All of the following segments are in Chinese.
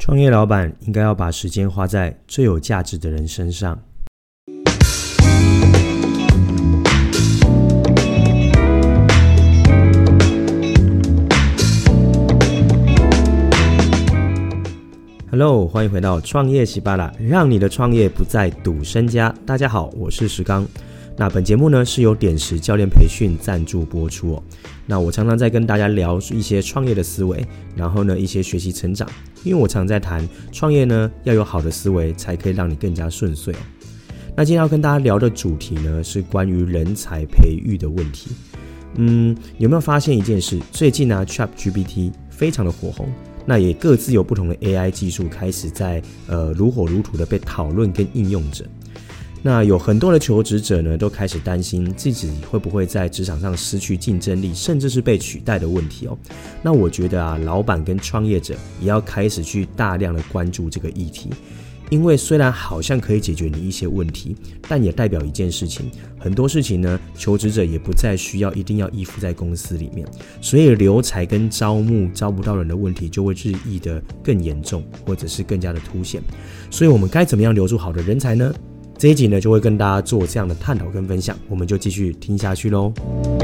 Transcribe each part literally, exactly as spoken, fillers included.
创业老板应该要把时间花在最有价值的人身上。Hello， 欢迎回到创业喜巴拉，让你的创业不再赌身家。大家好，我是石刚。那本节目呢是由点石教练培训赞助播出哦。那我常常在跟大家聊一些创业的思维，然后呢一些学习成长，因为我常在谈创业呢要有好的思维，才可以让你更加顺遂哦。那今天要跟大家聊的主题呢是关于人才培育的问题。嗯，有没有发现一件事？最近啊 ChatGPT 非常的火红。那也各自有不同的 A I 技术开始在呃如火如荼的被讨论跟应用着。那有很多的求职者呢都开始担心自己会不会在职场上失去竞争力，甚至是被取代的问题哦。那我觉得啊，老板跟创业者也要开始去大量的关注这个议题。因为虽然好像可以解决你一些问题，但也代表一件事情，很多事情呢，求职者也不再需要一定要依附在公司里面，所以留才跟招募招不到人的问题就会日益的更严重，或者是更加的凸显。所以我们该怎么样留住好的人才呢？这一集呢就会跟大家做这样的探讨跟分享，我们就继续听下去咯。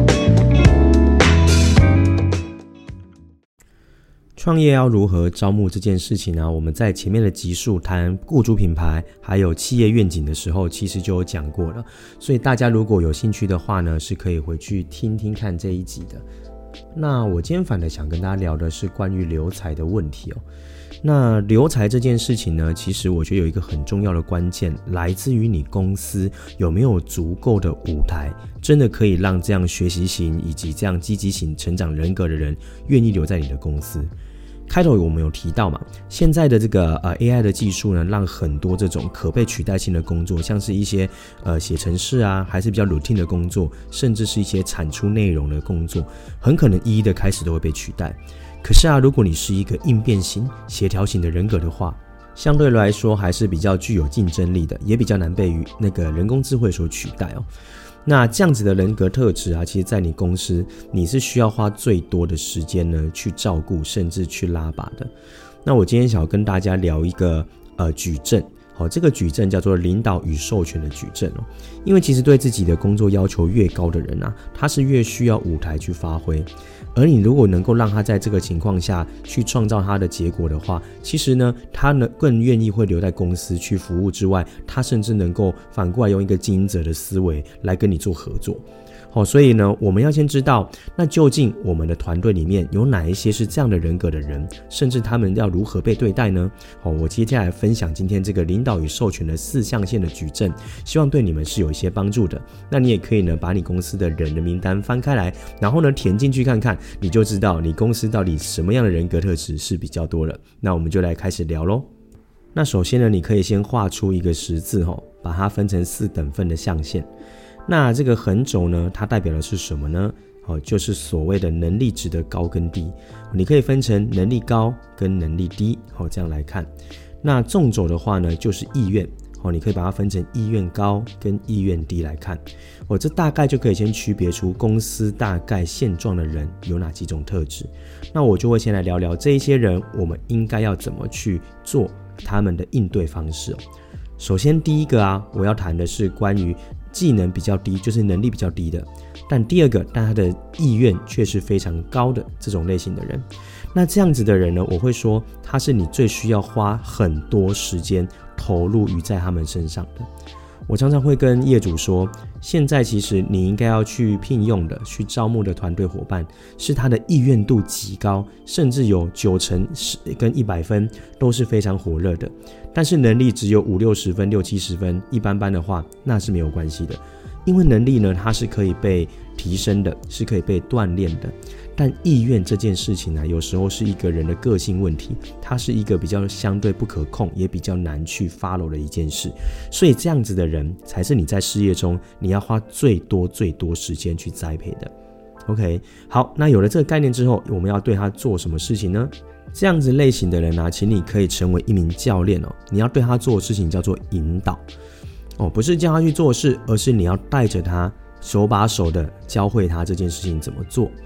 创业要如何招募这件事情呢、啊？我们在前面的集数谈雇主品牌还有企业愿景的时候，其实就有讲过了。所以大家如果有兴趣的话呢，是可以回去听听看这一集的。那我今天反而想跟大家聊的是关于留才的问题哦。那留才这件事情呢，其实我觉得有一个很重要的关键，来自于你公司有没有足够的舞台，真的可以让这样学习型以及这样积极型成长人格的人愿意留在你的公司。开头我们有提到嘛，现在的这个呃 A I 的技术呢，让很多这种可被取代性的工作，像是一些呃写程式啊，还是比较 routine 的工作，甚至是一些产出内容的工作，很可能一一的开始都会被取代。可是啊，如果你是一个应变型、协调型的人格的话，相对来说还是比较具有竞争力的，也比较难被于那个人工智慧所取代哦。那这样子的人格特质啊，其实在你公司你是需要花最多的时间呢去照顾，甚至去拉拔的。那我今天想要跟大家聊一个呃矩阵，好，这个矩阵叫做领导与授权的矩阵哦。因为其实对自己的工作要求越高的人啊，他是越需要舞台去发挥。而你如果能够让他在这个情况下去创造他的结果的话，其实呢，他呢更愿意会留在公司去服务之外，他甚至能够反过来用一个经营者的思维来跟你做合作。好，所以呢，我们要先知道，那究竟我们的团队里面有哪一些是这样的人格的人，甚至他们要如何被对待呢？好，我接下来分享今天这个领导与授权的四象限的矩阵，希望对你们是有一些帮助的。那你也可以呢，把你公司的人的名单翻开来，然后呢填进去看看，你就知道你公司到底什么样的人格特质是比较多了。那我们就来开始聊咯。那首先呢，你可以先画出一个十字，把它分成四等份的象限。那这个横轴呢，它代表的是什么呢？哦，就是所谓的能力值的高跟低。你可以分成能力高跟能力低，好，这样来看。那纵轴的话呢，就是意愿。哦，你可以把它分成意愿高跟意愿低来看。哦，这大概就可以先区别出公司大概现状的人有哪几种特质。那我就会先来聊聊这一些人，我们应该要怎么去做他们的应对方式哦。首先第一个啊，我要谈的是关于技能比较低，就是能力比较低的，但第二个，但他的意愿却是非常高的这种类型的人。那这样子的人呢，我会说他是你最需要花很多时间投入于在他们身上的。我常常会跟业主说，现在其实你应该要去聘用的、去招募的团队伙伴，是他的意愿度极高，甚至有九成跟一百分都是非常火热的。但是能力只有五六十分、六七十分，一般般的话，那是没有关系的。因为能力呢，它是可以被提升的，是可以被锻炼的。但意愿这件事情呢、啊，有时候是一个人的个性问题，它是一个比较相对不可控，也比较难去 follow 的一件事。所以这样子的人，才是你在事业中你要花最多最多时间去栽培的。OK， 好，那有了这个概念之后，我们要对他做什么事情呢？这样子类型的人啊，请你可以成为一名教练哦。你要对他做的事情叫做引导哦，不是叫他去做事，而是你要带着他手把手的教会他这件事情怎么做。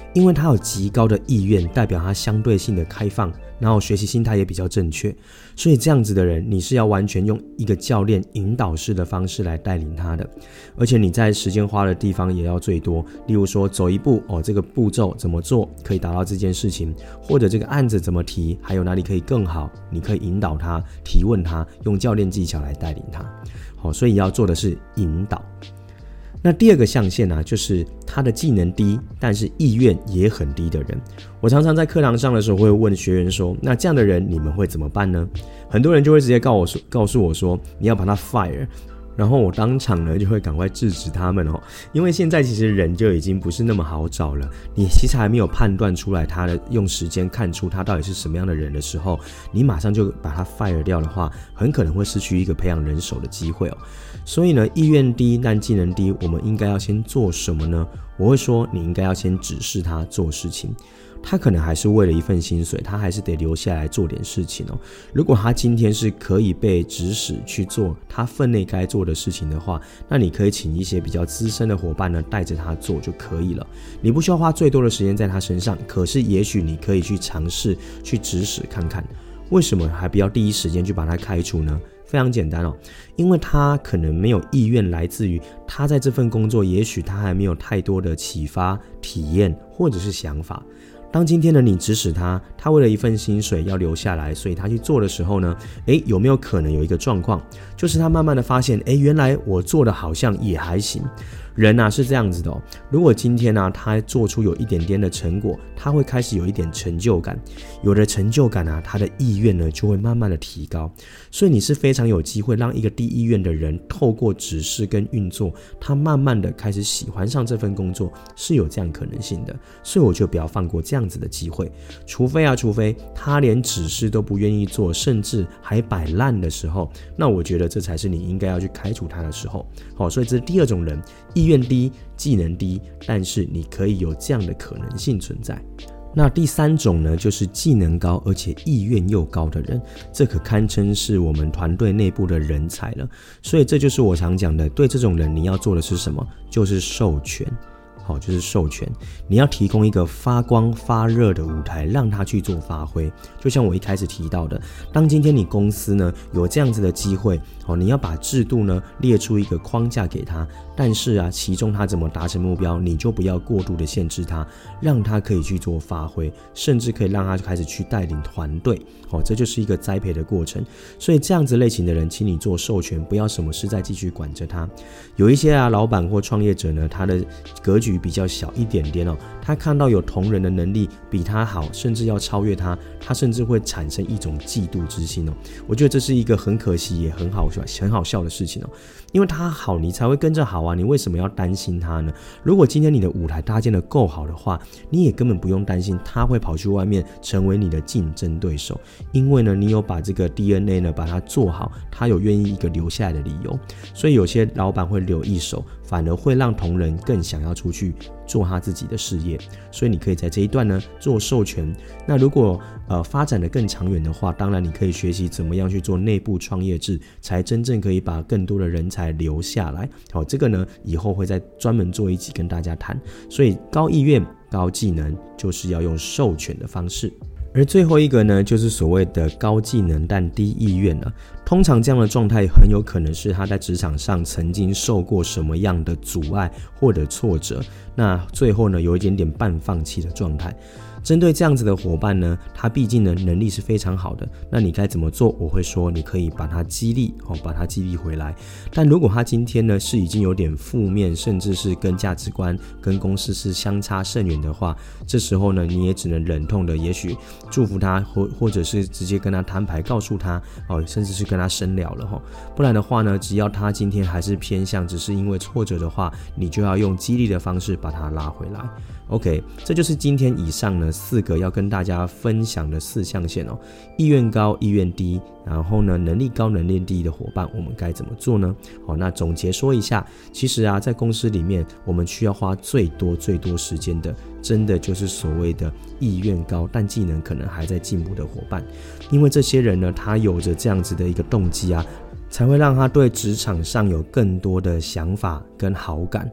因为他有极高的意愿，代表他相对性的开放，然后学习心态也比较正确，所以这样子的人你是要完全用一个教练引导式的方式来带领他的，而且你在时间花的地方也要最多，例如说走一步哦，这个步骤怎么做可以达到这件事情，或者这个案子怎么提，还有哪里可以更好，你可以引导他，提问他，用教练技巧来带领他。好，所以要做的是引导。那第二个象限啊，就是他的技能低，但是意愿也很低的人。我常常在课堂上的时候会问学员说，那这样的人你们会怎么办呢？很多人就会直接告我说告诉我说，你要把他 fire。然后我当场呢就会赶快制止他们哦，因为现在其实人就已经不是那么好找了，你其实还没有判断出来他的，用时间看出他到底是什么样的人的时候，你马上就把他 fire 掉的话，很可能会失去一个培养人手的机会哦。所以呢，意愿低但技能低，我们应该要先做什么呢？我会说，你应该要先指示他做事情。他可能还是为了一份薪水，他还是得留下来做点事情哦。如果他今天是可以被指使去做他分内该做的事情的话，那你可以请一些比较资深的伙伴呢带着他做就可以了。你不需要花最多的时间在他身上，可是也许你可以去尝试去指使看看。为什么还不要第一时间去把他开除呢？非常简单哦，因为他可能没有意愿，来自于他在这份工作也许他还没有太多的启发、体验或者是想法。当今天的你指使他，他为了一份薪水要留下来，所以他去做的时候呢，诶，有没有可能有一个状况，就是他慢慢的发现，诶，原来我做的好像也还行。人啊是这样子的哦，如果今天啊他做出有一点点的成果，他会开始有一点成就感，有了成就感啊，他的意愿呢就会慢慢的提高。所以你是非常有机会让一个低意愿的人透过指示跟运作，他慢慢的开始喜欢上这份工作，是有这样可能性的。所以我就不要放过这样子的机会，除非啊除非他连指示都不愿意做，甚至还摆烂的时候，那我觉得这才是你应该要去开除他的时候。好，所以这是第二种人，意愿低，技能低，但是你可以有这样的可能性存在。那第三种呢，就是技能高而且意愿又高的人，这可堪称是我们团队内部的人才了。所以这就是我常讲的，对这种人你要做的是什么？就是授权。好，就是授权，你要提供一个发光发热的舞台，让他去做发挥。就像我一开始提到的，当今天你公司呢有这样子的机会，好，你要把制度呢列出一个框架给他，但是啊，其中他怎么达成目标，你就不要过度的限制他，让他可以去做发挥，甚至可以让他开始去带领团队。好，这就是一个栽培的过程。所以这样子类型的人，请你做授权，不要什么事再继续管着他。有一些啊老板或创业者呢，他的格局比较小一点点哦，他看到有同仁的能力比他好，甚至要超越他，他甚至会产生一种嫉妒之心哦。我觉得这是一个很可惜也很好笑很好笑的事情哦，因为他好你才会跟着好啊，你为什么要担心他呢？如果今天你的舞台搭建得够好的话，你也根本不用担心他会跑去外面成为你的竞争对手，因为呢你有把这个 D N A 呢把它做好，他有愿意一个留下来的理由。所以有些老板会留一手，反而会让同仁更想要出去做他自己的事业。所以你可以在这一段呢做授权。那如果呃发展的更长远的话，当然你可以学习怎么样去做内部创业制，才真正可以把更多的人才留下来。好，这个呢以后会再专门做一集跟大家谈。所以高意愿高技能就是要用授权的方式。而最后一个呢，就是所谓的高技能但低意愿了。通常这样的状态很有可能是他在职场上曾经受过什么样的阻碍或者挫折，那最后呢有一点点半放弃的状态。针对这样子的伙伴呢，他毕竟呢能力是非常好的，那你该怎么做？我会说你可以把他激励，哦，把他激励回来。但如果他今天呢是已经有点负面，甚至是跟价值观跟公司是相差甚远的话，这时候呢你也只能忍痛的也许祝福他，或或者是直接跟他摊牌告诉他，哦，甚至是跟他深聊了，哦，不然的话呢，只要他今天还是偏向只是因为挫折的话，你就要用激励的方式把他拉回来。OK， 这就是今天以上呢四个要跟大家分享的四象限哦。意愿高、意愿低，然后呢能力高、能力低的伙伴，我们该怎么做呢？好，那总结说一下，其实啊，在公司里面，我们需要花最多最多时间的，真的就是所谓的意愿高但技能可能还在进步的伙伴，因为这些人呢，他有着这样子的一个动机啊，才会让他对职场上有更多的想法跟好感。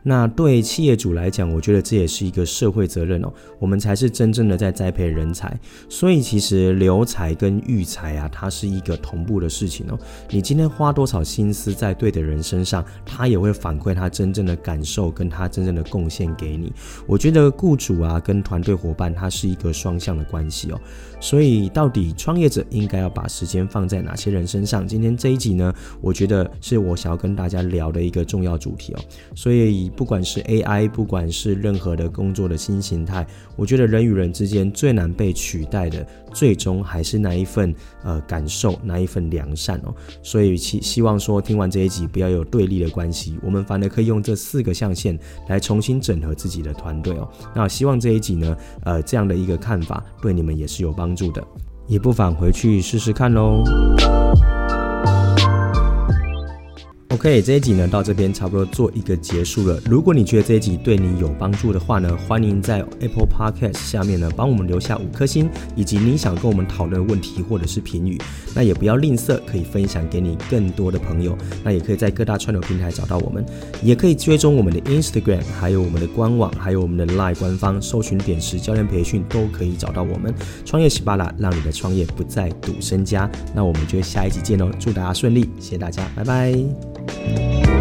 那对企业主来讲，我觉得这也是一个社会责任哦，我们才是真正的在栽培人才。所以其实留才跟育才啊，它是一个同步的事情哦。你今天花多少心思在对的人身上，他也会反馈他真正的感受跟他真正的贡献给你。我觉得雇主啊跟团队伙伴，它是一个双向的关系哦。所以到底创业者应该要把时间放在哪些人身上？今天这一集呢，我觉得是我想要跟大家聊的一个重要主题哦。所以不管是 A I， 不管是任何的工作的新形态，我觉得人与人之间最难被取代的，最终还是那一份呃感受，那一份良善哦。所以希希望说听完这一集不要有对立的关系，我们反而可以用这四个象限来重新整合自己的团队哦。那希望这一集呢，呃这样的一个看法对你们也是有帮助的，也不妨回去试试看咯。OK， 这一集呢到这边差不多做一个结束了。如果你觉得这一集对你有帮助的话呢，欢迎在 Apple Podcast 下面呢帮我们留下五颗星，以及你想跟我们讨论的问题或者是评语。那也不要吝啬，可以分享给你更多的朋友。那也可以在各大串流平台找到我们，也可以追踪我们的 Instagram， 还有我们的官网，还有我们的 Line 官方，搜寻点石教练培训都可以找到我们。创业十八啦，让你的创业不再赌身家。那我们就下一集见咯，祝大家顺利，谢谢大家，拜拜。